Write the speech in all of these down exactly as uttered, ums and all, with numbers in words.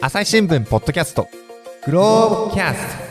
朝日新聞ポッドキャストグローブキャスト。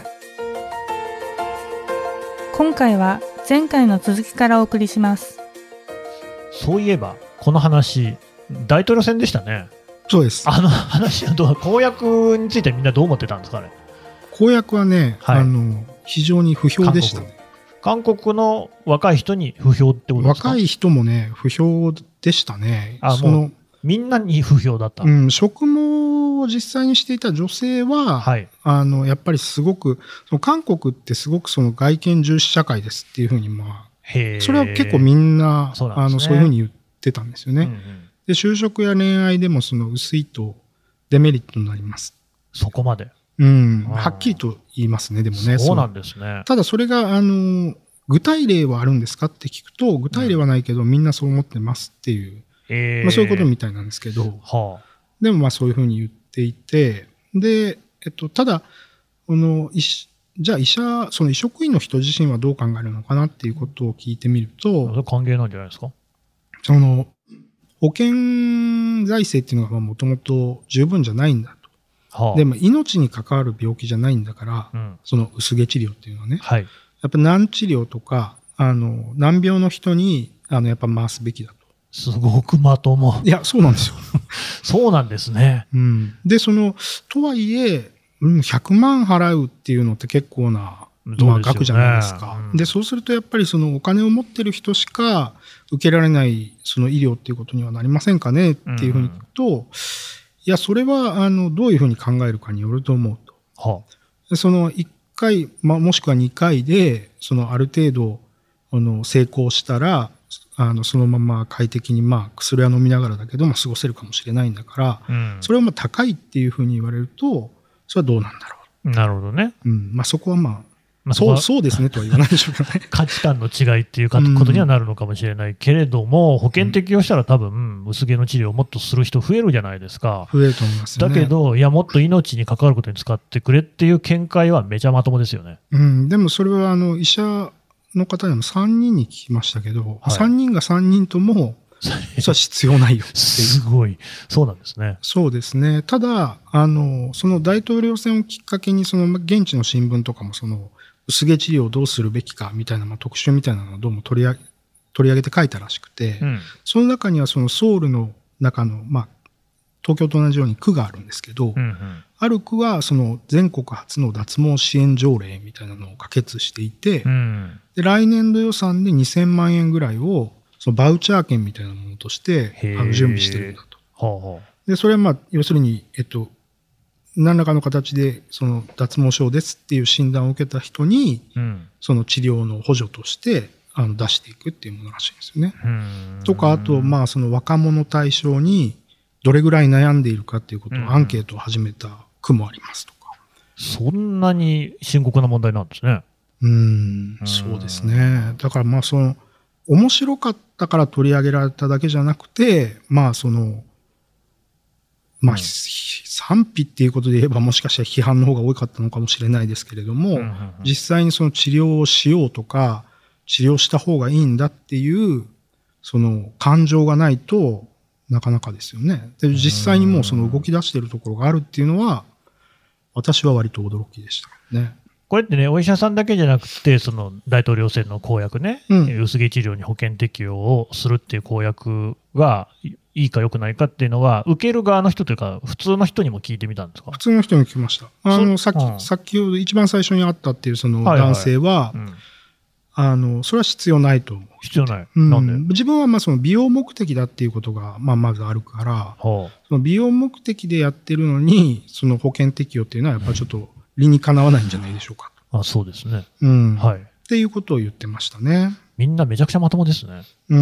今回は前回の続きからお送りします。 そういえばこの話大統領選でしたね。 そうです。 あの話はどう、公約についてみんなどう思ってたんですかね。 公約はね、 はい、 あの非常に不評でしたね。 韓国、韓国の若い人に不評ってことですか。 若い人もね不評でしたね。 あ、 そのもうみんなに不評だった、 うん、職務を実際にしていた女性は、はい、あのやっぱりすごくその韓国ってすごくその外見重視社会ですっていうふうに、まあ、へそれは結構みんなそう、ね、あのそういうふうに言ってたんですよね。うんうん、で就職や恋愛でもその薄いとデメリットになります。 そこまで、 うん、はっきりと言いますね。でもね、 そうなんですね。 ただそれがあの具体例はあるんですかって聞くと、具体例はないけど、うん、みんなそう思ってますっていう、えーまあ、そういうことみたいなんですけど、はあ、でもまあそういうふうに言っていて、で、えっと、ただこのじゃあ医者、その医職員の人自身はどう考えるのかなっていうことを聞いてみると、 歓迎なんじゃないですか。 その保険財政っていうのがもともと十分じゃないんだと、はあ、でも命に関わる病気じゃないんだから、うん、その薄毛治療っていうのはね、はい、やっぱ難治療とかあの難病の人にあのやっぱ回すべきだと。 すごくまとも。 いや、そうなんですよ。 そうなんですね。 うん、で、その、とはいえ、うん、ひゃくまん払うっていうのって結構な、まあ、額じゃないですか。うん、で、そうするとやっぱりそのお金を持ってる人しか受けられないその医療っていうことにはなりませんかねっていうふうに聞くと、うん、いや、それは、あの、どういうふうに考えるかによると思うと。はあ、でそのいっかい、まあ、もしくはにかいで、そのある程度、あの、成功したら、あのそのまま快適にまあ薬は飲みながらだけども過ごせるかもしれないんだから、うん、それはまあ高いっていうふうに言われるとそれはどうなんだろう。なるほどね。 うんまあ、そこはまあ、まあ、そう、そうですねとは言わないでしょうかね。 価値観の違いっていうことにはなるのかもしれないけれども、うん、保険適用したら多分薄毛の治療をもっとする人増えるじゃないですか。 増えると思いますよね。 だけどいやもっと命に関わることに使ってくれっていう見解はめちゃまともですよね。 うん、でもそれはあの医者の方にもさんにんに聞きましたけど、はい、さんにんがさんにんともそれは必要ないよってすごい。そうなんですね。 そうですね。ただあのその大統領選をきっかけにその現地の新聞とかもその薄毛治療をどうするべきかみたいな、まあ、特集みたいなのをどうも取り上げ、取り上げて書いたらしくて、うん、その中にはそのソウルの中の、まあ、東京と同じように区があるんですけど、うんうん、ある区はその全国初の脱毛支援条例みたいなのを可決していて、うん、で来年度予算でにせんまんえんぐらいをそのバウチャー券みたいなものとしてあの準備してるんだと。はあはあ、でそれはまあ要するに、えっと、何らかの形でその脱毛症ですっていう診断を受けた人に、うん、その治療の補助としてあの出していくっていうものらしいんですよね。とかあとまあその若者対象にどれぐらい悩んでいるかっていうことをアンケートを始めた区もありますとか。 そんなに深刻な問題なんですね。 うーん、そうですね。だからまあその面白かったから取り上げられただけじゃなくて、まあそのまあ、うん、賛否っていうことで言えばもしかしたら批判の方が多かったのかもしれないですけれども、うんうんうん、実際にその治療をしようとか治療した方がいいんだっていうその感情がないとなかなかですよね。で実際にもうその動き出しているところがあるっていうのは私は割と驚きでしたね。 これってね、お医者さんだけじゃなくて、その大統領選の公約ね、うん、薄毛治療に保険適用をするっていう公約がいいか良くないかっていうのは、受ける側の人というか、普通の人にも聞いてみたんですか？ 普通の人に聞きました。あのさっき、うん、先ほど一番最初に会ったっていうその男性は、はいはいうん、あのそれは必要ないと思う。 必要ない。うん、なんで？ 自分はまあその美容目的だっていうことがまあまずあるから、はあ、その美容目的でやってるのにその保険適用っていうのはやっぱりちょっと理にかなわないんじゃないでしょうか。 あ、そうですね。 うん。はい。っていうことを言ってましたね。 みんなめちゃくちゃまともですね。 うん。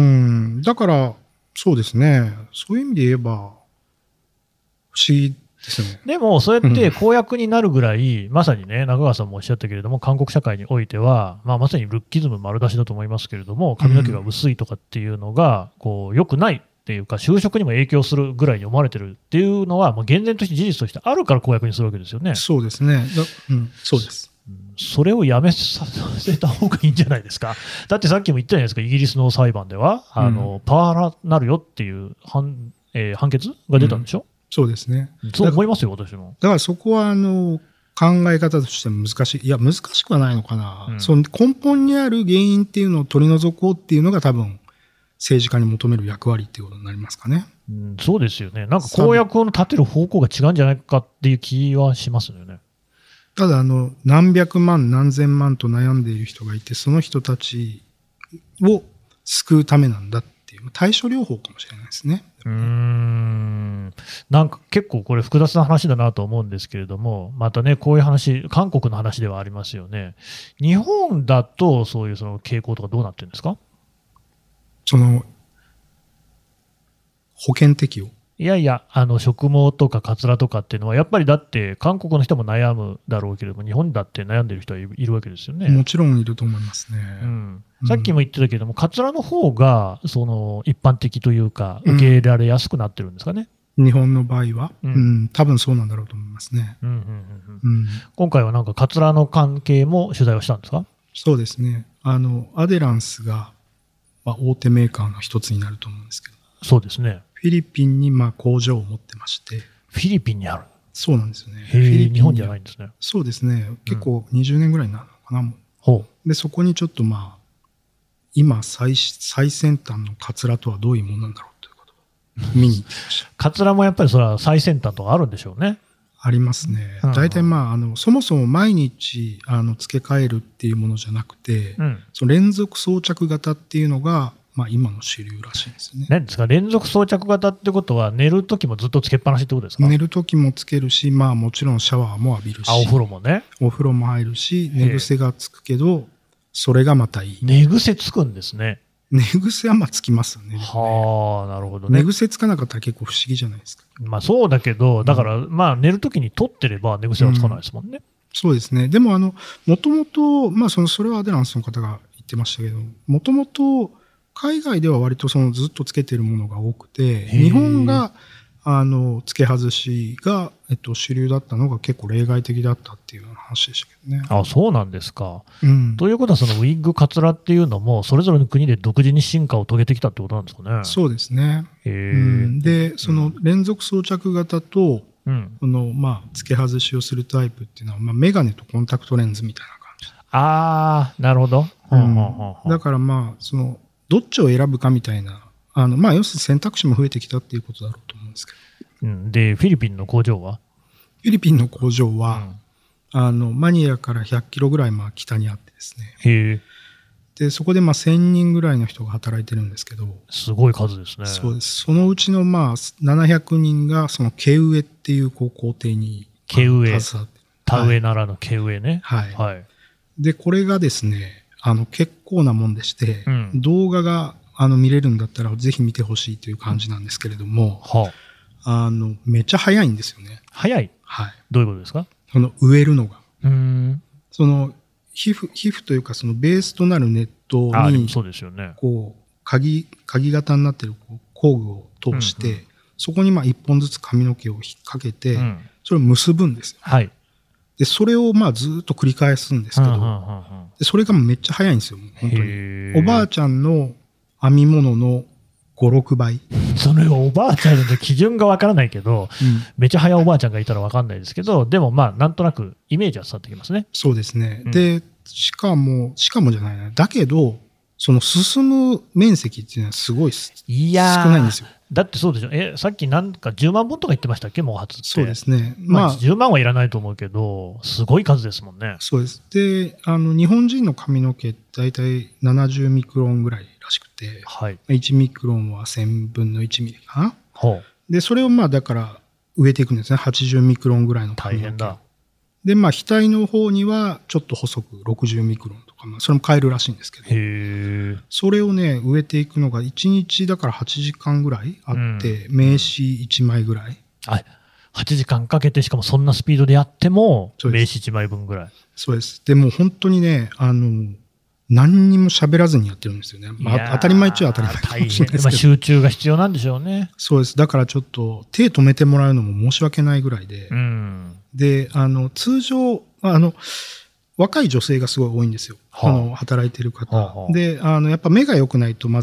だからそうですね。そういう意味で言えば不思議ですね。 でもそうやって公約になるぐらい、うん、まさにね、中川さんもおっしゃったけれども、韓国社会においては、まあ、まさにルッキズム丸出しだと思いますけれども、髪の毛が薄いとかっていうのが、こう、良くないっていうか、就職にも影響するぐらいに思われてるっていうのは、もう厳然として事実としてあるから公約にするわけですよね。 そうですね。うん、そうです。 それをやめさせた方がいいんじゃないですか。だってさっきも言ったじゃないですか、イギリスの裁判では、あの、うん、パワハラなるよっていう判、えー、判決が出たんでしょ。 そうですね。 そう思いますよ、私も。 だからそこはあの考え方として難しい。いや、難しくはないのかな。 うん、 その根本にある原因っていうのを取り除こうっていうのが多分政治家に求める役割っていうことになりますかね。 うん、そうですよね。なんか公約を立てる方向が違うんじゃないかっていう気はしますよね。 ただあの何百万何千万と悩んでいる人がいて、その人たちを救うためなんだっていう対処療法かもしれないですね。 うーん、なんか結構これ複雑な話だなと思うんですけれども、またね、こういう話、韓国の話ではありますよね。日本だとそういうその傾向とかどうなってるんですか？ その保険適用。 いやいや、あの植毛とかカツラとかっていうのは、やっぱりだって、韓国の人も悩むだろうけれども、日本だって悩んでる人はいるわけですよね。 もちろんいると思いますね。 うん、さっきも言ってたけれども、カツラの方がそが一般的というか、受け入れられやすくなってるんですかね。 うん、日本の場合は、 うんうん、多分そうなんだろうと思いますね。 うんうんうんうん、今回はなんかカツラの関係も取材をしたんですか？ そうですね。あのアデランスが、まあ、大手メーカーの一つになると思うんですけど。 そうですね。 フィリピンにまあ工場を持ってまして。 フィリピンにある？ そうなんですよね。 へー、日本じゃないんですね。 そうですね。結構にじゅうねんぐらいになるのかな。うん、 ほう。 で、そこにちょっとまあ、今最、最先端のカツラとはどういうものなんだろうということを見に行ってました。 カツラもやっぱりそれは最先端とかあるんでしょうね。 ありますね。大体まあ、あの、そもそも毎日、あの、付け替えるっていうものじゃなくて、うん、その連続装着型っていうのが、まあ、今の主流らしいんですよね。 何ですか、連続装着型ってことは、寝るときもずっとつけっぱなしってことですか？ 寝るときもつけるし、まあもちろんシャワーも浴びるし。 あ、お風呂もね。 お風呂も入るし、寝癖がつくけど、それがまたいい。 寝癖つくんですね。 寝癖はまあつきますよね。 はあ、なるほどね。 寝癖つかなかったら結構不思議じゃないですか。 まあそうだけど、だから、まあ寝るときに取ってれば寝癖はつかないですもんね。うん、 そうですね。でもあの、もともと、まあその、それはアデランスの方が言ってましたけど、もともと、海外では割とそのずっとつけてるものが多くて、日本があの付け外しが、えっと、主流だったのが結構例外的だったっていうような話でしたけどね。 あ、そうなんですか。 うん、 ということは、そのウィッグ、カツラっていうのも、それぞれの国で独自に進化を遂げてきたってことなんですかね。 そうですね。 へー、 うん、で、その連続装着型と、うん、このまあ付け外しをするタイプっていうのは、まあ、メガネとコンタクトレンズみたいな感じ。 ああ、なるほど。 うん、だからまあそのどっちを選ぶかみたいな、あのまあ要するに選択肢も増えてきたっていうことだろうと思うんですけど。うん、で、フィリピンの工場は？ フィリピンの工場は、うん、あのマニラからひゃっキロぐらいまあ北にあってですね。 へえ。で、 そこでまあせんにんぐらいの人が働いてるんですけど。 すごい数ですね。 そうです。そのうちのまあななひゃくにんがその毛植えっていうこう工程に毛植え。 携わって。 田植えならぬ毛植えね。 はい。 はい。 で、これがですね、あの結構なもんでして、 うん、 動画があの見れるんだったらぜひ見てほしいという感じなんですけれども、 はあ、あのめっちゃ早いんですよね。 早い？ はい。 どういうことですか？ その植えるのが。 うーん。 その皮膚皮膚というかそのベースとなるネットに、 そうですよね。 こう鍵鍵型になっているこう工具を通して、うんうん、そこにまあ一本ずつ髪の毛を引っ掛けて、うん、それを結ぶんですよ。 はい。 でそれをまあずっと繰り返すんですけど、でそれがめっちゃ早いんですよ、本当に。おばあちゃんの編み物のご、ろくばい。 それおばあちゃんの基準がわからないけど、うん、めっちゃ早いおばあちゃんがいたらわかんないですけど、でもまあなんとなくイメージは伝わってきますね。 そうですね。うん、で、しかも、しかもじゃないな。だけど、その進む面積っていうのはすごい少ないんですよ。 だってそうでしょ。え、さっきなんかじゅうまんぼんとか言ってましたっけ、毛髪って。 そうですね。 まあ、じゅうまんはいらないと思うけど、すごい数ですもんね。 そうです。で、あの、日本人の髪の毛って大体ななじゅうミクロンぐらいらしくて、 はい、 いちミクロンはせんぶんのいちミリかな。 ほう。 で、それをまあ、だから植えていくんですね。はちじゅうミクロンぐらいの髪の毛。 大変だ。 で、まあ、額の方にはちょっと細くろくじゅうミクロンとか、まあ、それも変えるらしいんですけど、 へそれをね、植えていくのがいちにちだからはちじかんぐらいあって、うん、名刺いちまいぐらい。 あ、はちじかんかけて、しかもそんなスピードでやっても、名刺いちまいぶんぐらい。 そうです。でも本当にね、あの、何にも喋らずにやってるんですよね。まあ、当たり前っちゃ当たり前かもしれないですけど。 まあ、集中が必要なんでしょうね。 そうです。だからちょっと手止めてもらうのも申し訳ないぐらいで。 うん、 で、あの、通常、あの、若い女性がすごい多いんですよ。はあ、あの働いてる方。はあはあ、で、あの、やっぱ目が良くないと、まず、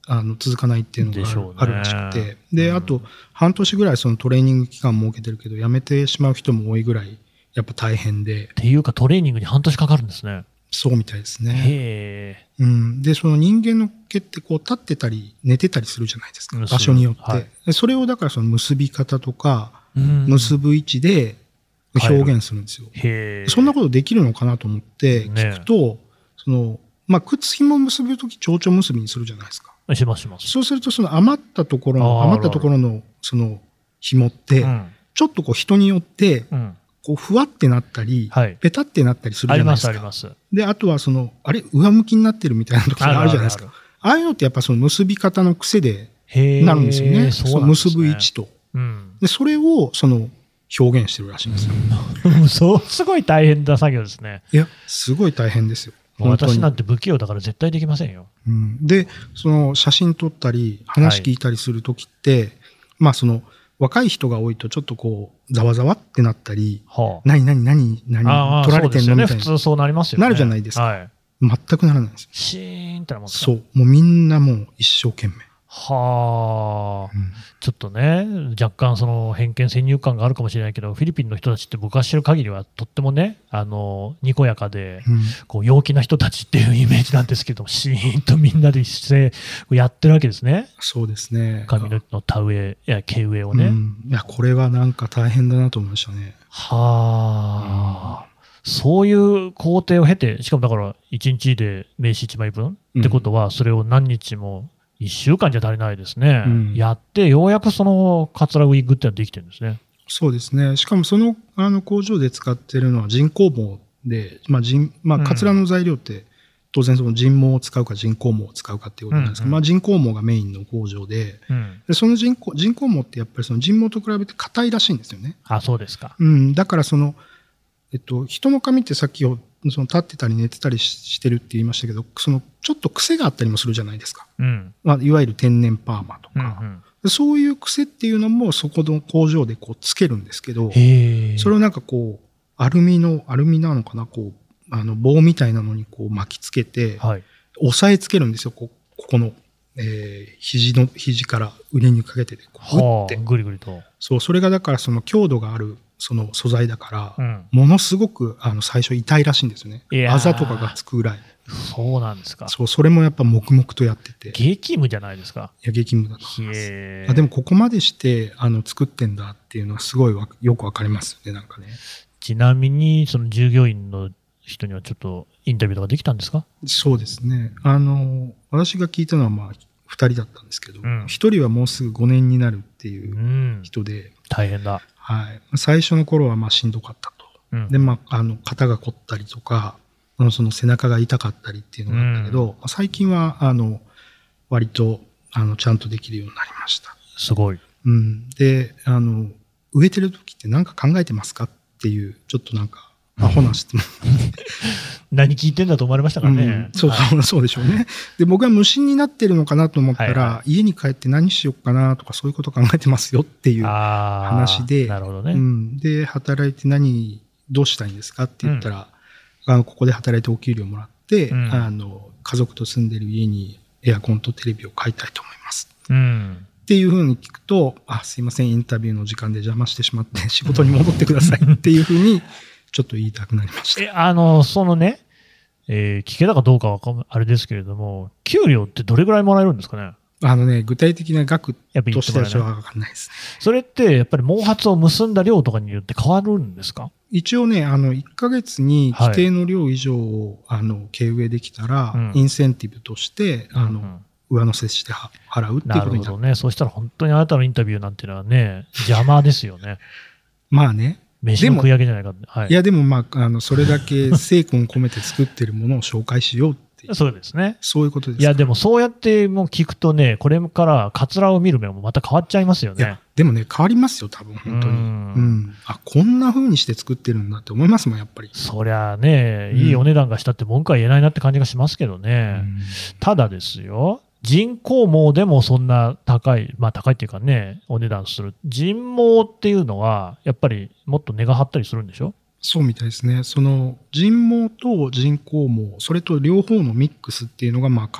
あの続かないっていうのでしょうねがあるらしくて、で、 うんあと半年ぐらいそのトレーニング期間設けてるけど、辞めてしまう人も多いぐらいやっぱ大変で、 っていうかトレーニングに半年かかるんですね。 そうみたいですね。 へうん、でその人間の毛ってこう立ってたり寝てたりするじゃないですか、 うん場所によって、 はいでそれをだからその結び方とかえ。うん結ぶ位置で表現するんですよ。 へえ。 そんなことできるのかなと思って聞くと、そのまあ、靴紐を結ぶとき蝶々結びにするじゃないですか。 しますします。 そうするとその余ったところのあー余ったところのその紐ってうんちょっとこう人によってうん。 こうふわってなったり、 はいペタってなったりするありまじゃないですすか。 あります。 であとはそのあれ上向きになってるみたいな時があるじゃないですか。 あるああいうのってやっぱその結び方の癖でへえ。 なるんですよね。 そうなんですね。 の結ぶ位置と。 うん。 でそれをその表現してるらしいんですよ。 そう、すごい大変な作業ですね。 いやすごい大変ですよ。 もう本当に私なんて不器用だから絶対できませんよ。 うん、でその写真撮ったり話聞いたりするときって、まあその若い人が多いとちょっとこうざわざわってなったり、 は何何何あ。あ何あ、 撮られてんのそうですよね。 みたいな、 普通そうなりますよね。 なるじゃないですかはい。 全くならないんですよ。 シーンってなもんですか。 そうもうみんなもう一生懸命、 はあ。 うんちょっとね、若干その偏見先入観があるかもしれないけど、フィリピンの人たちって僕が知る限りはとってもね、あの、にこやかで、 うんこう陽気な人たちっていうイメージなんですけども、シーンとみんなで一斉やってるわけですね。 そうですね。 髪の田植え、いや、毛植えをね。 うんいやこれはなんか大変だなと思いましたね。 はあ、そういう工程を経て、しかもだからいちにちで名刺いちまいぶん、 うんってことは、それを何日も、いっしゅうかんじゃ足りないですね。 うんやって、ようやくそのカツラウィッグってのはできてるんですね。 そうですね。しかもそのあの工場で使ってるのは人工毛で、まあ人まあ、 うんカツラの材料って、当然その人毛を使うか人工毛を使うかっていうことなんですけど、 うんうんまあ、人工毛がメインの工場で、 うん。 でその人工人工毛ってやっぱりその人毛と比べて硬いらしいんですよね。 あ、そうですか。 うん、だからその、えっと、人の髪ってさっきその立ってたり寝てたりししてるって言いましたけど、そのちょっと癖があったりもするじゃないですか。 うん。 まあ、いわゆる天然パーマとうんうか、 ん、 でそういう癖っていうのもそこの工場でこうつけるんですけど、 へえ。 それをなんかこう、アルミの、アルミなのかな、こう、あの棒みたいなのにこう巻きつけて、 はい。 押さえつけるんですよ、こここの、えー肘の、肘から腕にかけてで、こうグッてはあ、ぐりぐりと。 そう、それがだからその強度があるその素材だから、 うん。 ものすごくあの最初痛いらしいんですよねい。やーあざとかがつくぐらい。 そうなんですか。 そう、それもやっぱ黙々とやってて、い激務じゃないですか。 や、激務だと思います。 へえ。 あでもここまでしてあの作ってんだっていうのはすごいわよくわかりますよね、なんかね。 ちなみに、その従業員の人にはちょっとインタビューとかできたんですか？ そうですね。あの、私が聞いたのはまあふたりだったんですけど、 うんひとりはもうすぐごねんになるっていううん人で、 大変だ。 はい。最初の頃はまあしんどかったと。 うん。 で、まあ、あの、肩が凝ったりとか、あのその背中が痛かったりっていうのがあったけど、最近は、あの、割と、あの、ちゃんとできるようになりました。 すごい。 うん。で、あの、植えてる時って何か考えてますかっていう、ちょっとなんか、アホな質問。 何聞いてんだと思われましたかね。 うん、そうはいそう、そうでしょうね。で、僕は無心になってるのかなと思ったら、 はいは家に帰って何しようかなとか、そういうこと考えてますよっていうあー話で、 なるほどね。 うん、で、働いて何、どうしたいんですかって言ったら、あのここで働いてお給料もらって、 うんあの家族と住んでる家にエアコンとテレビを買いたいと思います。 うん。 っていうふうに聞くと、あ、すいません、インタビューの時間で邪魔してしまって仕事に戻ってくださいっていうふうにちょっと言いたくなりました。 え、あの、そのね、えー聞けたかどうかはわかんあれですけれども、給料ってどれぐらいもらえるんですかね？ あのね、具体的な額やっぱ言としてってもらえない。 は分かんないですね。 それって、やっぱり毛髪を結んだ量とかによって変わるんですか？ 一応ね、あの、いっかげつに規定の量以上を、あの、毛植えできたら、 うんインセンティブとして、あの、 うん上乗せしては払うっていうなことになる。 るほどね。そしたら本当にあなたのインタビューなんていうのはね、邪魔ですよね。 まあね。 飯の食い上げじゃないかって。はいいや、でもまあ、あの、それだけ精魂込めて作ってるものを紹介しようっていう、 そうですね。 そういうことですいや、でも、 もそうやってもう聞くとね、これからカツラを見る目もまた変わっちゃいますよいやね。、 でもね、変わりますよ、多分、本当に。 ううんん。あ、こんな風にして作ってるんだって思いますもん、やっぱり。 そりゃね、 うんいいお値段がしたって文句は言えないなって感じがしますけどうね。 んただですよ、人工毛でもそんな高い、まあ高いっていうかね、お値段する。人毛っていうのは、やっぱりもっと値が張ったりするんでしょ？ そうみたいですね。その、人毛と人工毛、それと両方のミックスっていうのが、まあ、か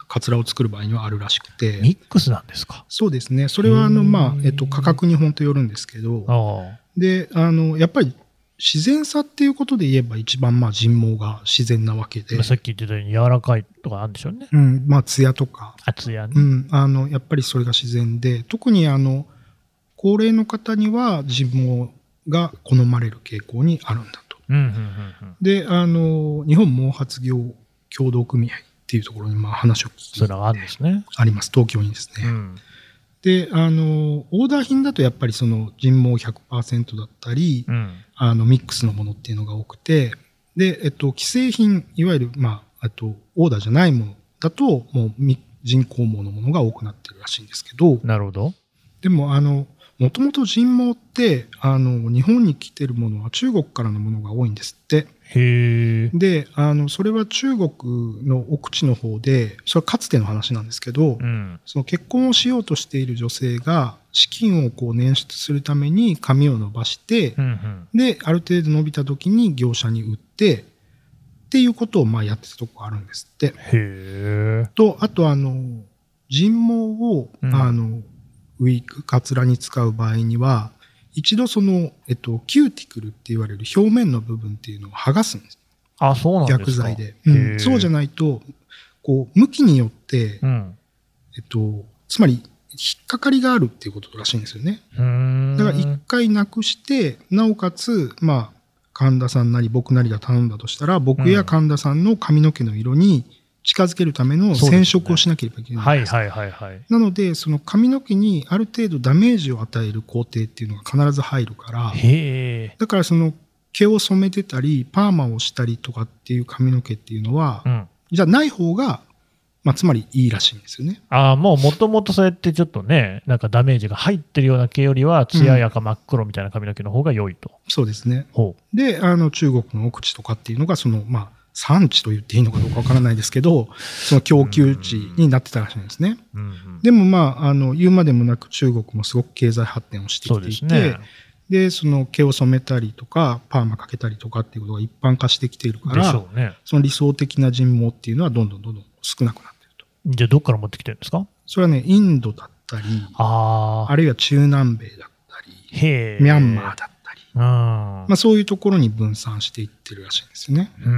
カツラを作る場合にはあるらしくて。 ミックスなんですか？ そうですね。それはあの、まあえっと、価格に本当よるんですけど、 あであのやっぱり自然さっていうことで言えば一番まあ人毛が自然なわけで、 さっき言ってたように柔らかいとかあるんでしょうね。 うん、まあ艶とか、 厚やね。 うん、あのやっぱりそれが自然で、特にあの高齢の方には人毛が好まれる傾向にあるんだと。 うんうんうんうん、 であの日本毛髪業協同組合っていうところにまあ話を聞きそれがあるんですね。 あります、東京にですね。 うんであのオーダー品だとやっぱりその人毛 ひゃくパーセント だったり、 うん、 あのミックスのものっていうのが多くて、で、えっと、既製品、いわゆる、まあ、あとオーダーじゃないものだともう人工毛のものが多くなってるらしいんですけど、 なるほど。 でもあのもともと人毛ってあの日本に来てるものは中国からのものが多いんですって。 へえ。 であのそれは中国の奥地の方で、それはかつての話なんですけど、 うん、 その結婚をしようとしている女性が資金をこう捻出するために髪を伸ばして、 うんうん、 である程度伸びた時に業者に売ってっていうことをまあやってたとこあるんですって。 へえ。 とあとあの人毛を、うん、あのウィッグカツラに使う場合には一度その、えっと、キューティクルって言われる表面の部分っていうのを剥がすんです。 あ、そうなんですか。 薬剤で、うん、そうじゃないとこう向きによって、うん、えっと、つまり引っかかりがあるっていうことらしいんですよね。 うーん、 だから一回なくしてなおかつまあ神田さんなり僕なりが頼んだとしたら、僕や神田さんの髪の毛の色に近づけるための染色をしなければいけないんです。 はいはいはいはい。 なのでその髪の毛にある程度ダメージを与える工程っていうのが必ず入るから、 へー、 だからその毛を染めてたりパーマをしたりとかっていう髪の毛っていうのは、うん、じゃあない方が、まあ、つまりいいらしいんですよね。 ああ、もうもともとそうやってちょっとね、なんかダメージが入ってるような毛よりは艶やか真っ黒みたいな髪の毛の方が良いと、 うん、そうですね。 ほう。 であの中国の奥地とかっていうのがそのまあ産地と言っていいのかどうかわからないですけど、その供給地になってたらしいんですね。うんうん、でもまああの言うまでもなく中国もすごく経済発展をしてきていて、そうですね。でその毛を染めたりとかパーマかけたりとかっていうことが一般化してきているから、でしょうね。その理想的な人毛っていうのはどんどんどんどん少なくなっていると。 じゃあどっから持ってきてるんですか？ それはねインドだったり、あ, あるいは中南米だったり、 へミャンマーだったり、 あ、 まあ、そういうところに分散していってるらしいんですよね。うん、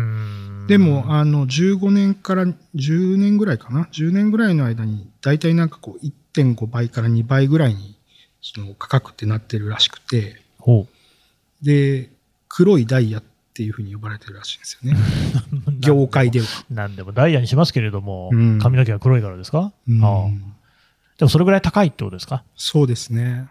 でもあのじゅうごねんからじゅうねんぐらいかな、じゅうねんぐらいの間にだいたいなんかこう いってんご 倍からにばいぐらいにその価格ってなってるらしくて、 ほうで黒いダイヤっていうふうに呼ばれてるらしいんですよね業界では。 何でもダイヤにしますけれども、うん、髪の毛が黒いからですか？うん、ああ、でもそれぐらい高いってことですか？ そうですね。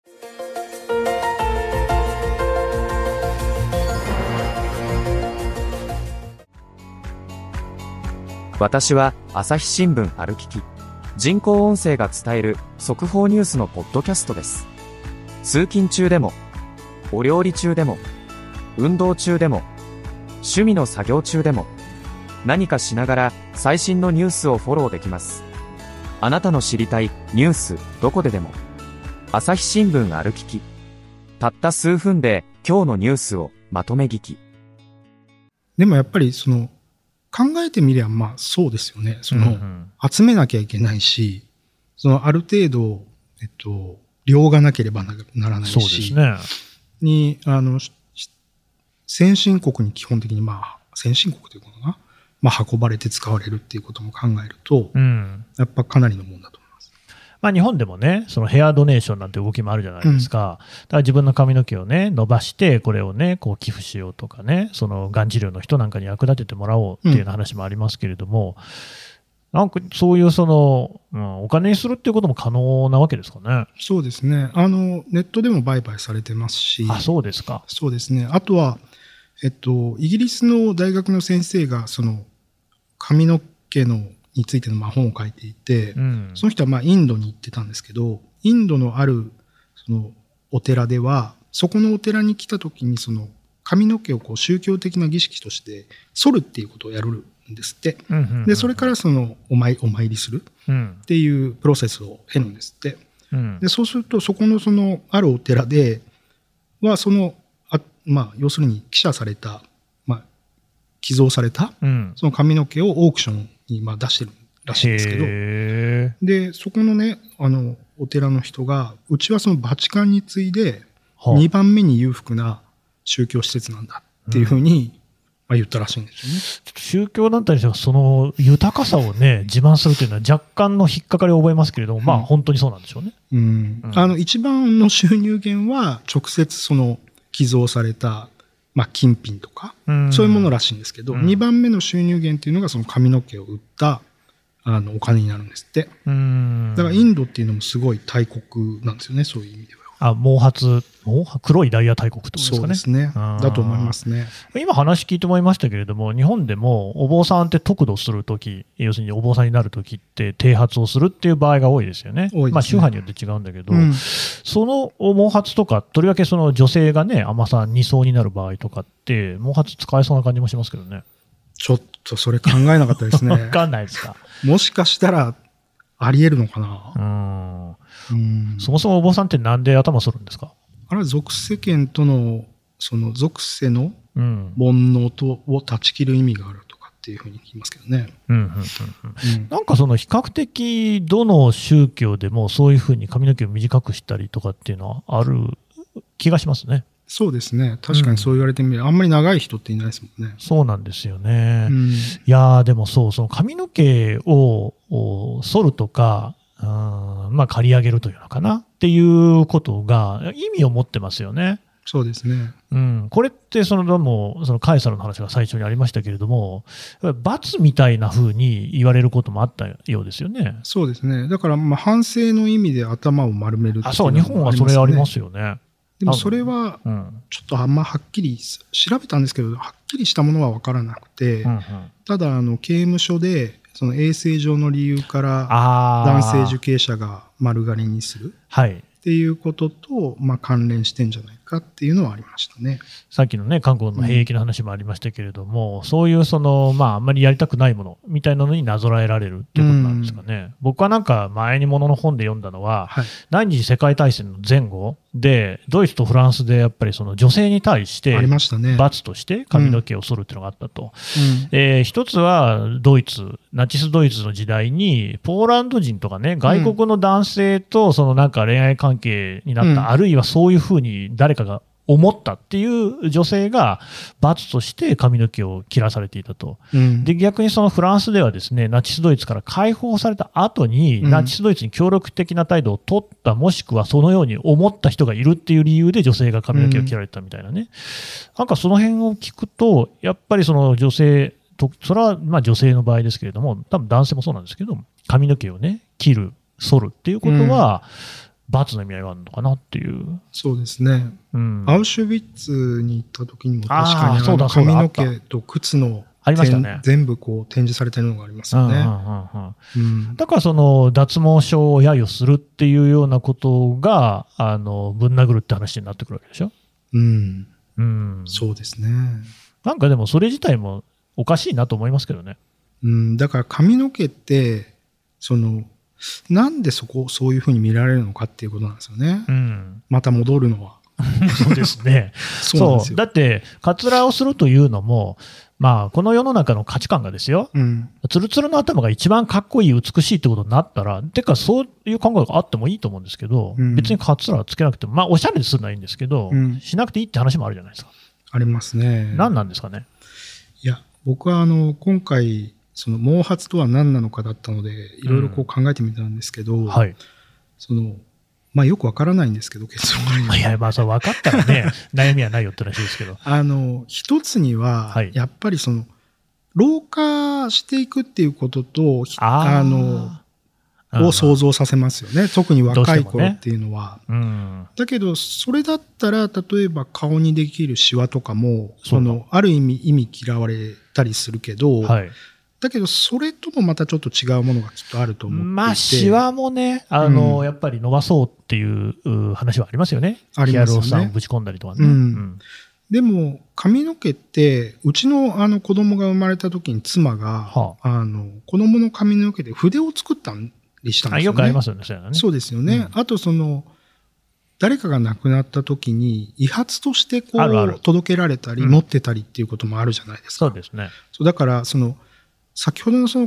私は朝日新聞歩きき、人工音声が伝える速報ニュースのポッドキャストです。通勤中でもお料理中でも運動中でも趣味の作業中でも何かしながら最新のニュースをフォローできます。あなたの知りたいニュースどこででも朝日新聞歩きき、たった数分で今日のニュースをまとめ聞き。 でもやっぱりその考えてみればまあそうですよね。その、うんうん、集めなきゃいけないし、そのある程度えっと量がなければならないし、 そうですね。 にあの先進国に基本的にまあ先進国ということかな、まあ運ばれて使われるっていうことも考えると、うん、やっぱかなりのもんだと思います。 まあ日本でもね、そのヘアドネーションなんて動きもあるじゃないですか。うん、だから自分の髪の毛をね伸ばしてこれをねこう寄付しようとかね、そのがん治療の人なんかに役立ててもらおうっていうような話もありますけれども。うん、なんかそういうその、うん、お金にするっていうことも可能なわけですかね。 そうですね。あのネットでも売買されてますし。 あ、そうですか。 そうですね。あとはえっとイギリスの大学の先生がその髪の毛のについてのまあ本を書いていて、うん、その人はまあインドに行ってたんですけど、インドのあるそのお寺ではそこのお寺に来た時にその髪の毛をこう宗教的な儀式として剃るっていうことをやるですって。でそれからそのお参お参りするっていうプロセスを経るんですって。うん、でそうするとそこのそのあるお寺ではそのあ、まあ、要するに記写された、まあ、寄贈された、うん、その髪の毛をオークションにまあ出してるらしいんですけど、 へで、そこのね、あの、お寺の人が、うちはそのバチカンに次いで、 はあにばんめに裕福な宗教施設なんだっていうふうに、まあ、言ったらしいんですよね。 ちょっと宗教団体にしては、その豊かさをね、自慢するというのは若干の引っかかりを覚えますけれども、まあうん本当にそうなんでしょうね。 うんうんあの、一番の収入源は、直接その寄贈された、まあ、金品とか、 うんそういうものらしいんですけど、 うんにばんめの収入源っていうのが、その髪の毛を売った、あの、お金になるんですって。 うんだから、インドっていうのもすごい大国なんですよね、そういう意味では。 あ、毛髪、毛髪黒いダイヤ大国ってことですそうかね。 ですね。 あーだと思いますね。 今話聞いて思いましたけれども、日本でもお坊さんって得度するとき、要するにお坊さんになるときって剃髪をするっていう場合が多いですよね。 多いですねまあ宗派によって違うんだけど、 うんその毛髪とか、とりわけその女性がね、甘さに層になる場合とかって、毛髪使えそうな感じもしますけどね。 ちょっとそれ考えなかったですね。 わかんないですか。 もしかしたら、あり得るのかうな。 ん。 うんそもそもお坊さんってなんで頭剃るんですか？ あれは属世間との、その属世のうん。 煩悩とを断ち切る意味があるとかっていうふうに聞きますけどね。 うんうんうんうんうんなんかその比較的どの宗教でもそういうふうに髪の毛を短くしたりとかっていうのはある気がしますね。 そうですね。確かにそう言われてみれば、あんまり長い人っていないですもんね。 そうなんですよね。 うんいやーでもそう、その髪の毛をお剃るとか、うんまあ刈り上げるというのかなっていうことが意味を持ってますよね。 そうですね。 うん、これってそのどうもそのカエサルの話が最初にありましたけれども、罰みたいな風に言われることもあったようですよね。 そうですね。だから、まあ、反省の意味で頭を丸めるっていうのもあ、そう、日本はそれありますよね。 でもそれは、 うん。 ちょっとあんまはっきり、調べたんですけど、はっきりしたものは分からなくて、 うんうん、 ただ、あの、刑務所で、その衛生上の理由から、 あー男性受刑者が丸刈りにするはい。 っていうことと、まあ、関連してんじゃないかっていうのはありましたね。 さっきのね、韓国の兵役の話もありましたけれども、うん、そういうその、まあ、あんまりやりたくないものみたいなのになぞらえられるっていうことなんですかね。うん、僕はなんか前にものの本で読んだのは、はい、第二次世界大戦の前後で、ドイツとフランスでやっぱりその女性に対して、罰として髪の毛を剃るっていうのがあったと。うんえー、一つはドイツ、ナチスドイツの時代に、ポーランド人とかね、外国の男性とそのなんか恋愛関係になった、うん、あるいはそういうふうに誰かが思ったっていう女性が罰として髪の毛を切らされていたと、うん、で逆にそのフランスではですねナチスドイツから解放された後に、うん、ナチスドイツに協力的な態度を取ったもしくはそのように思った人がいるっていう理由で女性が髪の毛を切られたみたいなね、うん、なんかその辺を聞くとやっぱりその女性とそれはまあ女性の場合ですけれども多分男性もそうなんですけど髪の毛をね切る剃るっていうことは、うん罰の意味合いがあるのかなっていう。 そうですね。うん、アウシュビッツに行った時にも確かにあの髪の毛と靴のありましたね。 全部こう展示されているのがありますよね。 だからその脱毛症を揶揄するっていうようなことがあのぶん殴るって話になってくるわけでしょ。 うん。 うん。 そうですね。 なんかでもそれ自体もおかしいなと思いますけどね。 うん。だから髪の毛ってそのなんでそこ、そういうふうに見られるのかっていうことなんですよね。うん、また戻るのは。 そうですね。そうなんですよ。だって、カツラをするというのも、まあ、この世の中の価値観がですよ、うん、ツルツルの頭が一番かっこいい、美しいってことになったら、てか、そういう考えがあってもいいと思うんですけど、うん、別にカツラつけなくても、まあ、おしゃれにするのはいいんですけど、うん、しなくていいって話もあるじゃないですか。 ありますね。 何なんですかね。 いや、僕は、あの、今回、その毛髪とは何なのかだったので、いろいろこう考えてみたんですけど、うんはい、その、まあよくわからないんですけど、結論が。 いや、まあそう分かったらね、悩みはないよって話ですけど。 あの、一つには、はい、やっぱりその、老化していくっていうことと、あの、を想像させますよね。特に若い頃っていうのは。ねうん、だけど、それだったら、例えば顔にできるシワとかも、その、ある意味意味嫌われたりするけど、はいだけど、それともまたちょっと違うものがきっとあると思っていて。 まあ、シワもね、あの、うん、やっぱり伸ばそうっていう話はありますよね。 ありますよね。 ヒアルロン酸ぶち込んだりとかね。うんうん、でも、髪の毛って、うちのあの子供が生まれた時に妻が、はあ、あの、子供の髪の毛で筆を作ったりしたんですよね。 よくありますよね、そういうのね。 そうですよね。うん、あと、その、誰かが亡くなった時に、遺髪としてこう、あるある届けられたり、うん、持ってたりっていうこともあるじゃないですか。 そうですね。 そうだから、その、先ほどのその、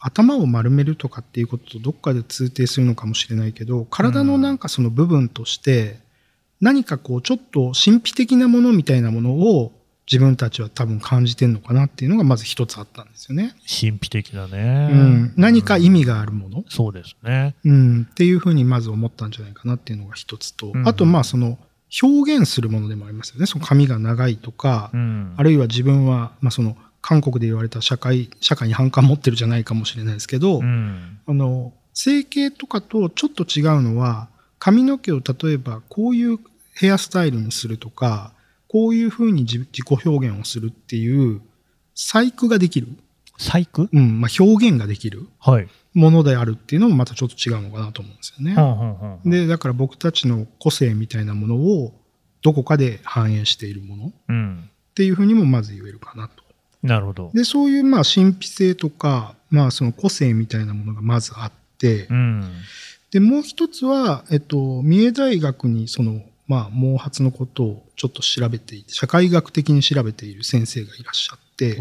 頭を丸めるとかっていうこととどっかで通底するのかもしれないけど、体のなんかその部分として何かこうちょっと神秘的なものみたいなものを自分たちは多分感じてるのかなっていうのがまず一つあったんですよね。 神秘的だね。 うん、何か意味があるもの、 うん、そうですね、 うん、っていうふうにまず思ったんじゃないかなっていうのが一つと、 うん、 あとまあその表現するものでもありますよね。その髪が長いとか、 うん、 あるいは自分はまあその韓国で言われた社会社会に反感持ってるじゃないかもしれないですけど、 うん、 あの整形とかとちょっと違うのは、髪の毛を例えばこういうヘアスタイルにするとか、こういうふうに自己表現をするっていう細工ができる、 細工、 うんまあ、表現ができるものであるっていうのもまたちょっと違うのかなと思うんですよね。 はい、 でだから僕たちの個性みたいなものをどこかで反映しているものっていうふうにもまず言えるかなと。 なるほど。 でそういうまあ神秘性とか、まあ、その個性みたいなものがまずあって、 うん、 でもう一つは、えっと、三重大学にそのまあ、毛髪のことをちょっと調べていて、社会学的に調べている先生がいらっしゃって、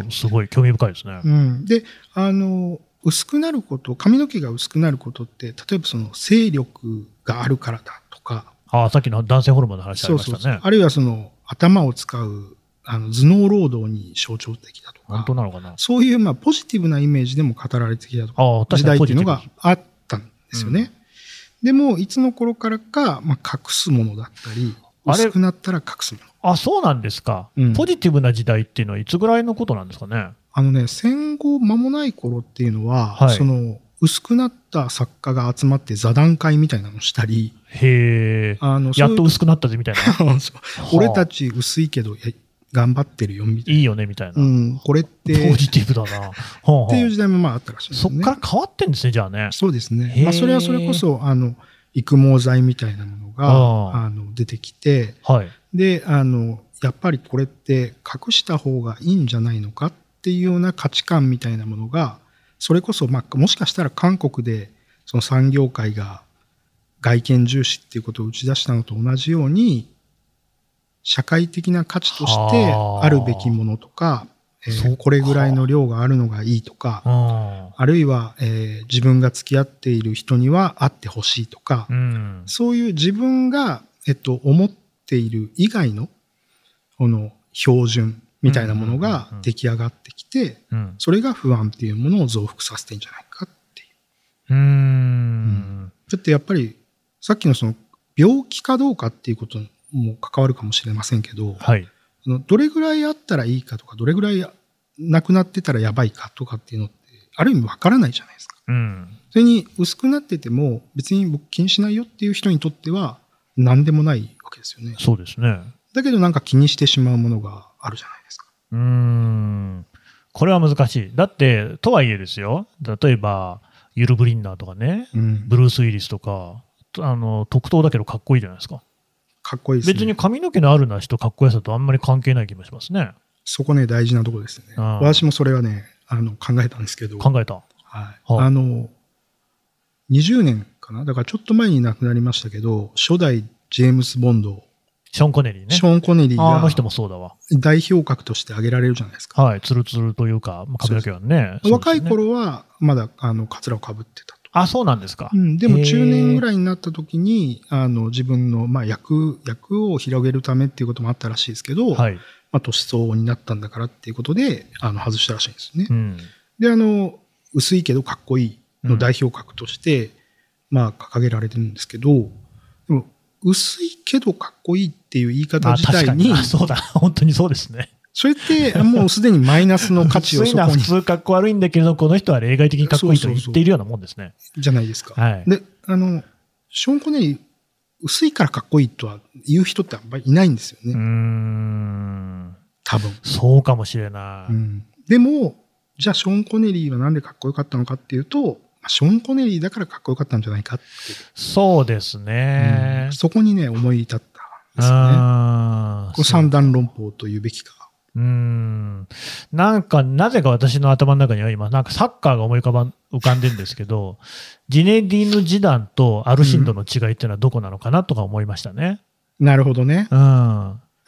すごい興味深いですね。 うん、で、あの、薄くなること、髪の毛が薄くなることって、例えばその勢力があるからだとか、 ああ、さっきの男性ホルモンの話ありましたね。 そうそうそう、あるいはその頭を使うあの頭脳労働に象徴的だとか、 本当なのかな。そういうまあポジティブなイメージでも語られてきたとか、時代っていうのがあったんですよね。うんでも、いつの頃からか、まあ、隠すものだったり、薄くなったら隠すもの。 あ、そうなんですか、うん。ポジティブな時代っていうのはいつぐらいのことなんですかね。 あのね、戦後間もない頃っていうのは、はい、その、薄くなった作家が集まって座談会みたいなのをしたり、 へー。あの、やっと薄くなったぜみたいな。 俺たち薄いけど、頑張ってるよみたいな。 いいよねみたいな。 うん、これって。 ポジティブだな。 っていう時代もまああったらしいですね。 そっから変わってんですね、じゃあね。 そうですね。まあそれはそれこそ、あの、育毛剤みたいなものが、あの、出てきて、 はい。 で、あの、やっぱりこれって隠した方がいいんじゃないのかっていうような価値観みたいなものが、それこそ、まあ、もしかしたら韓国で、その産業界が外見重視っていうことを打ち出したのと同じように、社会的な価値としてあるべきものとか、えー、これぐらいの量があるのがいいとか、あ, あるいは、えー、自分が付き合っている人にはあってほしいとか、うん、そういう自分が、えっと、思っている以外のこの標準みたいなものが出来上がってきて、うんうんうん、それが不安っていうものを増幅させてんじゃないかっていう。 うーんうん、だってやっぱりさっきのその病気かどうかっていうことも関わるかもしれませんけど、 はい、 どれぐらいあったらいいかとか、どれぐらいなくなってたらやばいかとかっていうのって、ある意味わからないじゃないですか。 うん、 それに薄くなってても別に僕気にしないよっていう人にとっては何でもないわけですよね。 そうですね。 だけどなんか気にしてしまうものがあるじゃないですか。 うーん。これは難しい。だって、とはいえですよ。例えば、ユル・ブリンナーとかね、うん、ブルース・ウィリスとか、あの、特等だけどかっこいいじゃないですか。 かっこいいですね。 別に髪の毛のあるなしとかっこよさとあんまり関係ない気もしますね。 そこね、大事なところですね。私もそれはね、あの、考えたんですけど。 考えた。 はい。はあ、あの、にじゅうねんかな、だからちょっと前に亡くなりましたけど、初代ジェームス・ボンド。 ショーン・コネリーね。 ショーン・コネリーが。 あの人もそうだわ。 代表格として挙げられるじゃないですか。 はい。ツルツルというか、髪の毛はね。 若い頃は、まだ、あの、カツラをかぶってたと。 あ、そうなんですか。 うん。でも中年ぐらいになった時に、あの、自分の、まあ、役、役を広げるためっていうこともあったらしいですけど、はい。まあ、年相応になったんだからっていうことで、あの、外したらしいんですよね。うん。で、あの、薄いけどかっこいいの代表格として、うん、まあ、掲げられてるんですけど、でも、薄いけどかっこいいっていう言い方自体に。 あ、そうだ。本当にそうですね。 それって、もうすでにマイナスの価値をそこに。 薄いのは普通かっこ悪いんだけど、この人は例外的にかっこいいと言っているようなもんですね。 そうそうそうじゃないですか。 はい。 で、あの、ショーン・コネリー、薄いからかっこいいとは言う人ってあんまりいないんですよね。 うーん。 多分。 そうかもしれない。 うん、でも、じゃあショーン・コネリーはなんでかっこよかったのかっていうと、ショーン・コネリーだからかっこよかったんじゃないかっていう。 そうですね、 うん。そこにね、思い至ったんですよね。これ三段論法というべきか。 うーん。なんか、なぜか私の頭の中には今、なんかサッカーが思い浮かばん、浮かんでるんですけど、ジネディーヌ・ジダンとアルシンドの違いっていうのはどこなのかなとか思いましたね。 うん、なるほどね。 うん。やっ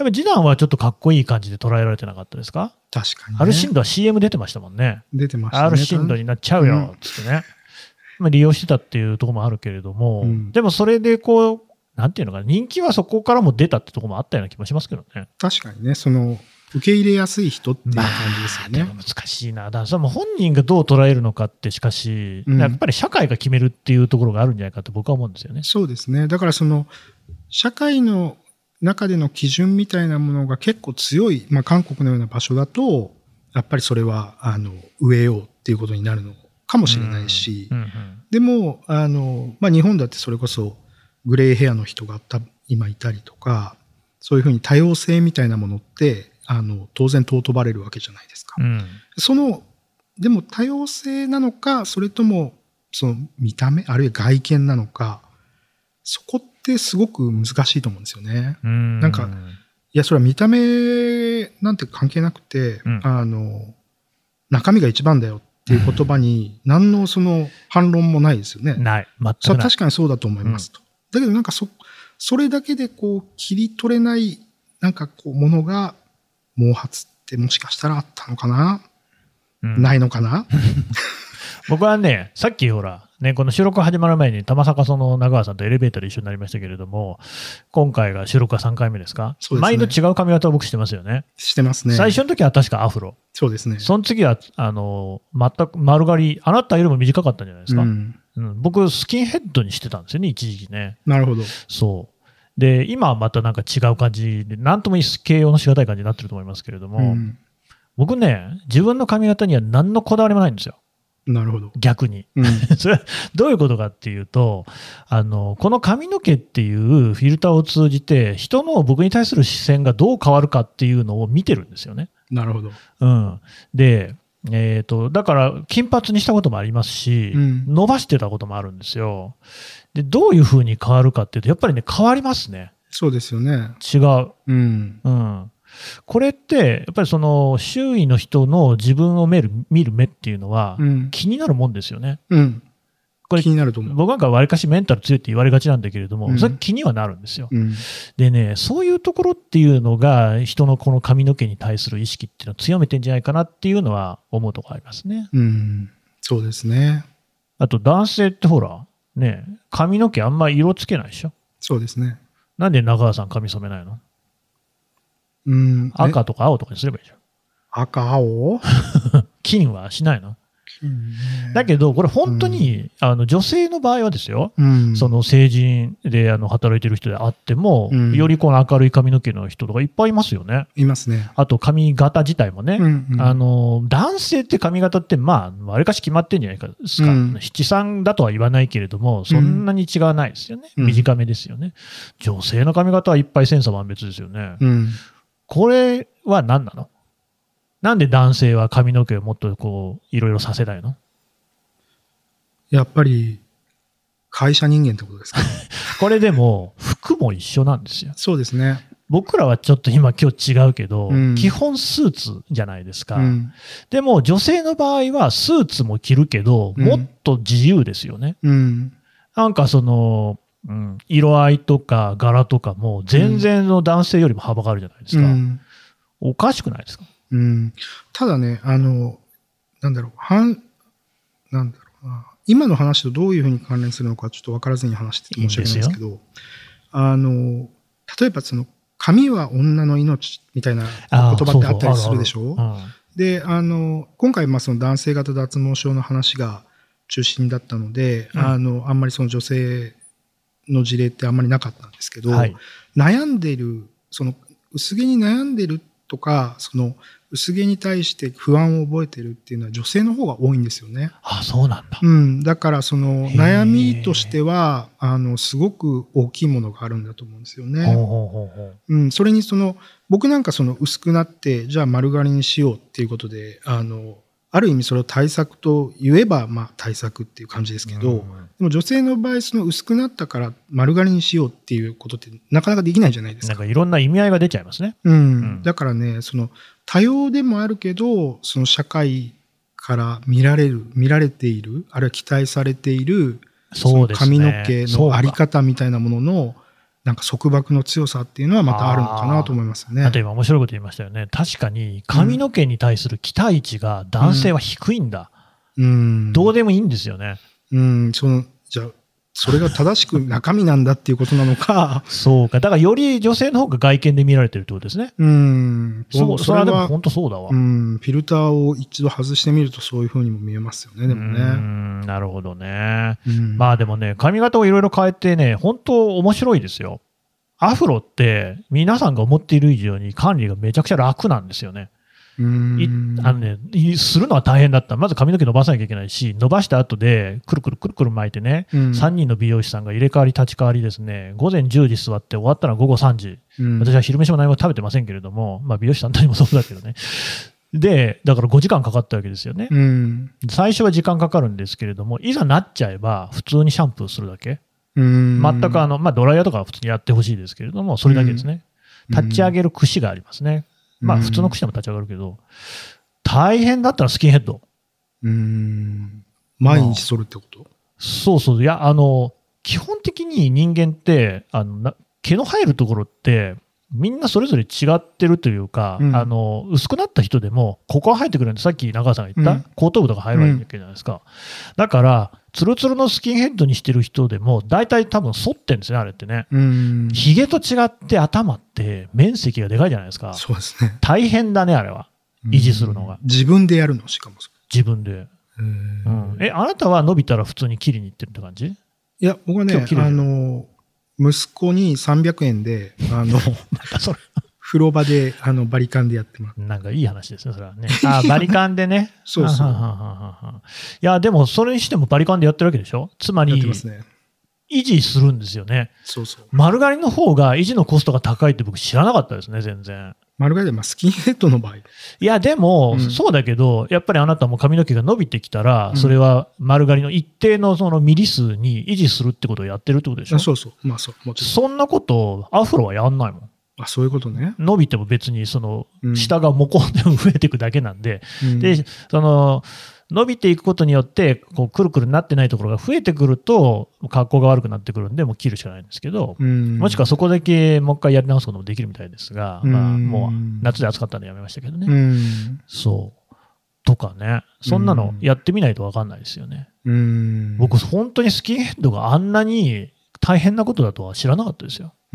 ぱり示談はちょっとかっこいい感じで捉えられてなかったですか？ 確かに、ね。 アルシンドは シーエム 出てましたもんね。 出てましたね。 アルシンドになっちゃうよ、つってね。まあ利用してたっていうところもあるけれども、うん、でもそれでこう、なんていうのかな、人気はそこからも出たってところもあったような気もしますけどね。 確かにね、その、受け入れやすい人っていう感じですよね。 まあ、でも難しいな。だからそれも本人がどう捉えるのかって、しかし、うん、やっぱり社会が決めるっていうところがあるんじゃないかと僕は思うんですよね。 そうですね。だからその、社会の中での基準みたいなものが結構強い、まあ、韓国のような場所だと、やっぱりそれは、あの、植えようっていうことになるのかもしれないし、うんうんうん、でも、あの、まあ、日本だってそれこそ、グレーヘアの人が今いたりとか、そういうふうに多様性みたいなものって、あの、当然尊ばれるわけじゃないですか。うん、その、でも多様性なのか、それとも、その見た目、あるいは外見なのか、そこってすごく難しいと思うんですよね。んなんか、いや、それは見た目なんて関係なくて、うん、あの、中身が一番だよっていう言葉に、何のその反論もないですよね。 ない。全くそう、確かにそうだと思いますと。うん、だけどなんかそ、それだけでこう、切り取れない、なんかこう、ものが、毛髪ってもしかしたらあったのかな、うん、ないのかな僕はね、さっきほら、ね、この収録始まる前に、たまさかその中川さんとエレベーターで一緒になりましたけれども、今回が収録はさんかいめですか？そうですね。毎度違う髪型を僕してますよね。 してますね。 最初の時は確かアフロ。 そうですね。 その次は、あの、全く丸刈り、あなたよりも短かったんじゃないですか？うんうん、僕、スキンヘッドにしてたんですよね、一時期ね。 なるほど。 そう。で、今はまたなんか違う感じで、なんとも形容のしがたい感じになってると思いますけれども、うん、僕ね、自分の髪型には何のこだわりもないんですよ。 なるほど。 逆に。うん、それはどういうことかっていうと、あの、この髪の毛っていうフィルターを通じて、人の僕に対する視線がどう変わるかっていうのを見てるんですよね。 なるほど。 うん。で、えっと、だから、金髪にしたこともありますし、うん、伸ばしてたこともあるんですよ。で、どういうふうに変わるかっていうと、やっぱりね、変わりますね。 そうですよね。 違う。うん。うん。これって、やっぱりその、周囲の人の自分を見る、見る目っていうのは、気になるもんですよね。 うん。これ気になると思う。 僕なんかわりかしメンタル強いって言われがちなんだけれども、うん、それ気にはなるんですよ、うん。でね、そういうところっていうのが、人のこの髪の毛に対する意識っていうのを強めてんじゃないかなっていうのは思うところありますね。 うん。そうですね。 あと男性ってほら、ね、髪の毛あんまり色つけないでしょ。 そうですね。 なんで中川さん髪染めないの？ うん。 赤とか青とかにすればいいじゃん。 赤、青金はしないの？だけど、これ本当に、うん、あの女性の場合はですよ、うん、その成人であの働いてる人であっても、うん、よりこの明るい髪の毛の人とかいっぱいいますよね。 いますね。 あと髪型自体もね、うんうん、あの男性って髪型ってまあわりかし決まってんじゃないかですか、うん、七三だとは言わないけれどもそんなに違わないですよね、うん、短めですよね。女性の髪型はいっぱい千差万別ですよね、うん、これは何なの？なんで男性は髪の毛をもっとこういろいろさせたいの？ やっぱり会社人間ってことですか？ これでも服も一緒なんですよ。 そうですね。 僕らはちょっと今今日違うけど、うん、基本スーツじゃないですか、うん、でも女性の場合はスーツも着るけど、うん、もっと自由ですよね、うん、なんかその、うん、色合いとか柄とかも全然の男性よりも幅があるじゃないですか、うん、おかしくないですか？ うん、ただね、あの、なんだろう、はん、なんだろうな、今の話とどういうふうに関連するのかちょっと分からずに話して申し訳ないんですけど、いいんあの、例えばその、髪は女の命みたいな言葉ってあったりするでしょ？で、あの、今回、まあその男性型脱毛症の話が中心だったので、うん、あの、あんまりその女性の事例ってあんまりなかったんですけど、はい、悩んでる、その、薄毛に悩んでるとか、その、薄毛に対して不安を覚えてるっていうのは女性の方が多いんですよね。 ああ、そうなんだ。 うん。だからその悩みとしては、あの、すごく大きいものがあるんだと思うんですよね。ほうほうほうほう。うん。それにその、僕なんかその薄くなって、じゃあ丸刈りにしようっていうことで、あの、ある意味それを対策と言えば、まあ対策っていう感じですけど、うん、でも女性の場合、その薄くなったから丸刈りにしようっていうことってなかなかできないじゃないですか。 なんかいろんな意味合いが出ちゃいますね。 うん。うん、だからね、その多様でもあるけど、その社会から見られる、見られている、あるいは期待されている、その髪の毛のあり方みたいなものの、 なんか束縛の強さっていうのはまたあるのかなと思いますよね。 あと今面白いこと言いましたよね。確かに髪の毛に対する期待値が男性は低いんだ。 うん。 どうでもいいんですよね。 うん、その、じゃあ、それが正しく中身なんだっていうことなのか。 そうか。だからより女性の方が外見で見られてるってことですね。 うん。 そう、それはでも本当そうだわ。 うん。フィルターを一度外してみるとそういう風にも見えますよね、でもね。 うん、なるほどね。 うん、 まあでもね、髪型をいろいろ変えてね、本当面白いですよ。アフロって皆さんが思っている以上に管理がめちゃくちゃ楽なんですよね。 うんいあのね、するのは大変だった。まず髪の毛伸ばさなきゃいけないし、伸ばした後で、くるくるくるくる巻いてね、うん、さんにんの美容師さんが入れ替わり立ち替わりですね、午前じゅうじ座って終わったら午後さんじ。うん、私は昼飯も何も食べてませんけれども、まあ美容師さんたちもそうだけどね。で、だからごじかんかかったわけですよね。うん、最初は時間かかるんですけれども、いざなっちゃえば、普通にシャンプーするだけ。うん全くあの、まあドライヤーとかは普通にやってほしいですけれども、それだけですね。うん、立ち上げる櫛がありますね。まあ普通の櫛でも立ち上がるけど、大変だったらスキンヘッド。 うーん。毎日剃るってこと、まあ、 そうそう。いや、あの、基本的に人間って、あの、な毛の生えるところって、みんなそれぞれ違ってるというか、うん、あの、薄くなった人でも、ここは生えてくるんで、さっき中川さんが言った、うん、後頭部とか生えるわけじゃないですか。うん、だから、ツルツルのスキンヘッドにしてる人でも、大体多分剃ってんですね、あれってね。ヒゲと違って頭って面積がでかいじゃないですか。 そうですね。 大変だね、あれは。維持するのが。 自分でやるのしかも。 自分で。うん、え、あなたは伸びたら普通に切りに行ってるって感じ？ いや、僕はね、あの、息子にさんびゃくえんで、あの、風呂場で、あの、バリカンでやってます。 なんかいい話ですね、それはね。あ、バリカンでね。 そうそう。いや、でもそれにしてもバリカンでやってるわけでしょ？つまり、 やってますね。 維持するんですよね。 そうそう。 丸刈りの方が維持のコストが高いって僕知らなかったですね、全然。 丸刈りで、まあ、スキンヘッドの場合。いや、でも、うん、そうだけど、やっぱりあなたも髪の毛が伸びてきたら、うん、それは丸刈りの一定のそのミリ数に維持するってことをやってるってことでしょ？ そうそう。まあそう。もちろん。 そんなことアフロはやんないもん。 あ、そういうことね。 伸びても別にその、下がもこんでも増えていくだけなんで、うん、で、その、伸びていくことによって、こう、くるくるなってないところが増えてくると、格好が悪くなってくるんで、もう切るしかないんですけど、うん、もしくはそこだけもう一回やり直すこともできるみたいですが、うん、まあ、もう夏で暑かったんでやめましたけどね。うん、そう。とかね。そんなのやってみないと分かんないですよね。うん、僕、本当にスキンヘッドがあんなに大変なことだとは知らなかったですよ。うん、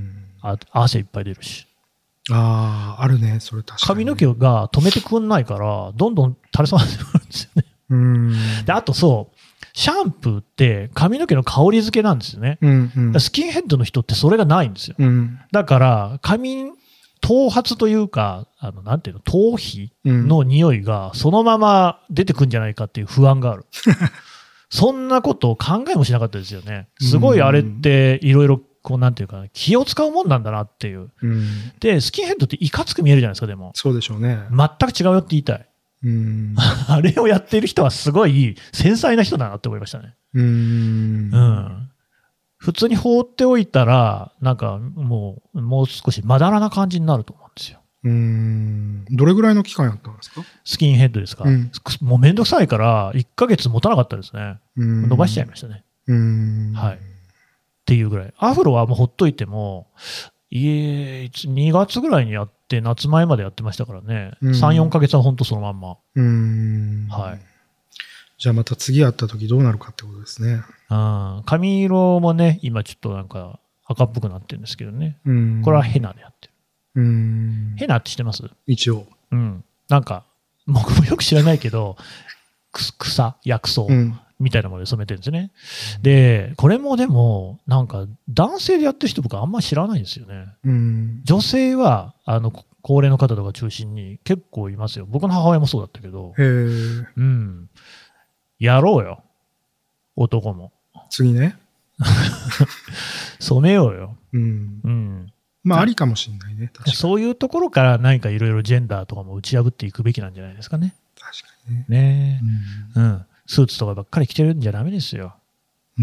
あ汗いっぱい出るし。 ああ、あるね、それ確かに。 髪の毛が止めてくんないから、どんどん垂れ下がってくるんですよね。うんで、あとそう、シャンプーって髪の毛の香り付けなんですよね。うんうん、スキンヘッドの人ってそれがないんですよ。うん、だから、髪、頭髪というか、あの、なんていうの、頭皮の匂いがそのまま出てくんじゃないかっていう不安がある。そんなことを考えもしなかったですよね。すごいあれっていろいろこうなんていうか気を使うもんなんだなっていう、うん、でスキンヘッドっていかつく見えるじゃないですか。でもそうでしょうね。 全く違うよって言いたい。うんあれをやっている人はすごい繊細な人だなって思いましたね。うん、うん、普通に放っておいたらなんかもうもう少しまだらな感じになると思うんですよ。 うーんどれぐらいの期間やったんですか？ スキンヘッドですか？うん、もうめんどくさいからいっかげつ持たなかったですね。伸ばしちゃいましたね。うーんはいっていうぐらい。アフロはもうほっといても、いえ、にがつぐらいにやって、夏前までやってましたからね。さん、よんかげつは本当そのまんま。うーん。はい。 じゃあまた次やった時どうなるかってことですね。 うん。髪色もね、今ちょっとなんか赤っぽくなってるんですけどね。うん。これはヘナでやってる。うん。ヘナって知ってます？ 一応。 うん。なんか、僕もよく知らないけど、草、薬草。うんみたいなもので染めてるんですね。で、これもでも、なんか、男性でやってる人僕あんまり知らないんですよね。うん、女性は、あの、高齢の方とか中心に結構いますよ。僕の母親もそうだったけど。へー。うん。やろうよ。男も。 次ね。 染めようよ。うん。うん。 まあ、ありかもしれないね。確かに。 そういうところから何かいろいろジェンダーとかも打ち破っていくべきなんじゃないですかね。 確かにね。 ねえ。うん。うんスーツとかばっかり着てるんじゃダメですよ。うん。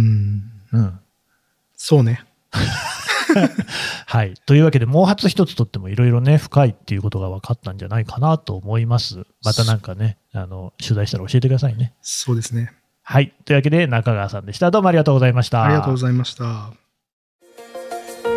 うん。 そうね。 はい。というわけで、毛髪一つとってもいろいろね、深いっていうことが分かったんじゃないかなと思います。またなんかね、あの、取材したら教えてくださいね。 そうですね。 はい。というわけで、中川さんでした。どうもありがとうございました。 ありがとうございました。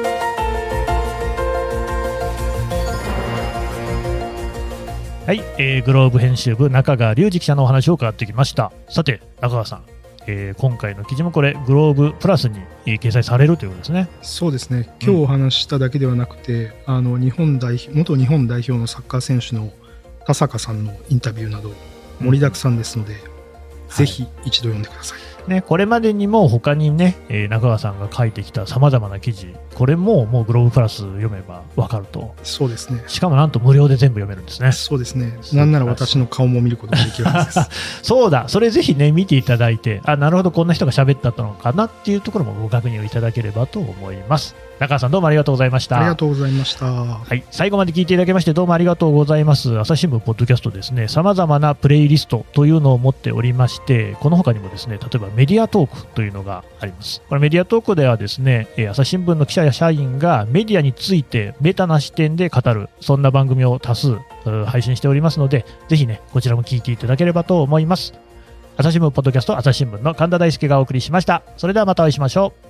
はい、えー、グローブ編集部中川隆二記者のお話を伺ってきました。さて中川さん、えー、今回の記事もこれグローブプラスに、えー、掲載されるということですね。 そうですね。今日お話ししただけではなくて、うん、あの日本代元日本代表のサッカー選手の田坂さんのインタビューなど盛りだくさんですので、うん、ぜひ一度読んでください。 ね、これまでにも他にね、えー、中川さんが書いてきたさまざまな記事、これももうグローブプラス読めば分かると。 そうですね。 しかもなんと無料で全部読めるんですね。 そうですね。なんなら私の顔も見ることができるはずです。 そうだ、それぜひね見ていただいて、あ、なるほどこんな人が喋ったのかなっていうところもご確認をいただければと思います。中川さんどうもありがとうございました。 ありがとうございました。 はい、最後まで聞いていただきましてどうもありがとうございます。朝日新聞ポッドキャストですね、さまざまなプレイリストというのを持っておりまして、この他にもですね、例えばメディアトークというのがあります。これメディアトークではですね、朝日新聞の記者や社員がメディアについてベタな視点で語る、そんな番組を多数配信しておりますので、ぜひねこちらも聞いていただければと思います。朝日新聞ポッドキャスト、朝日新聞の神田大輔がお送りしました。それではまたお会いしましょう。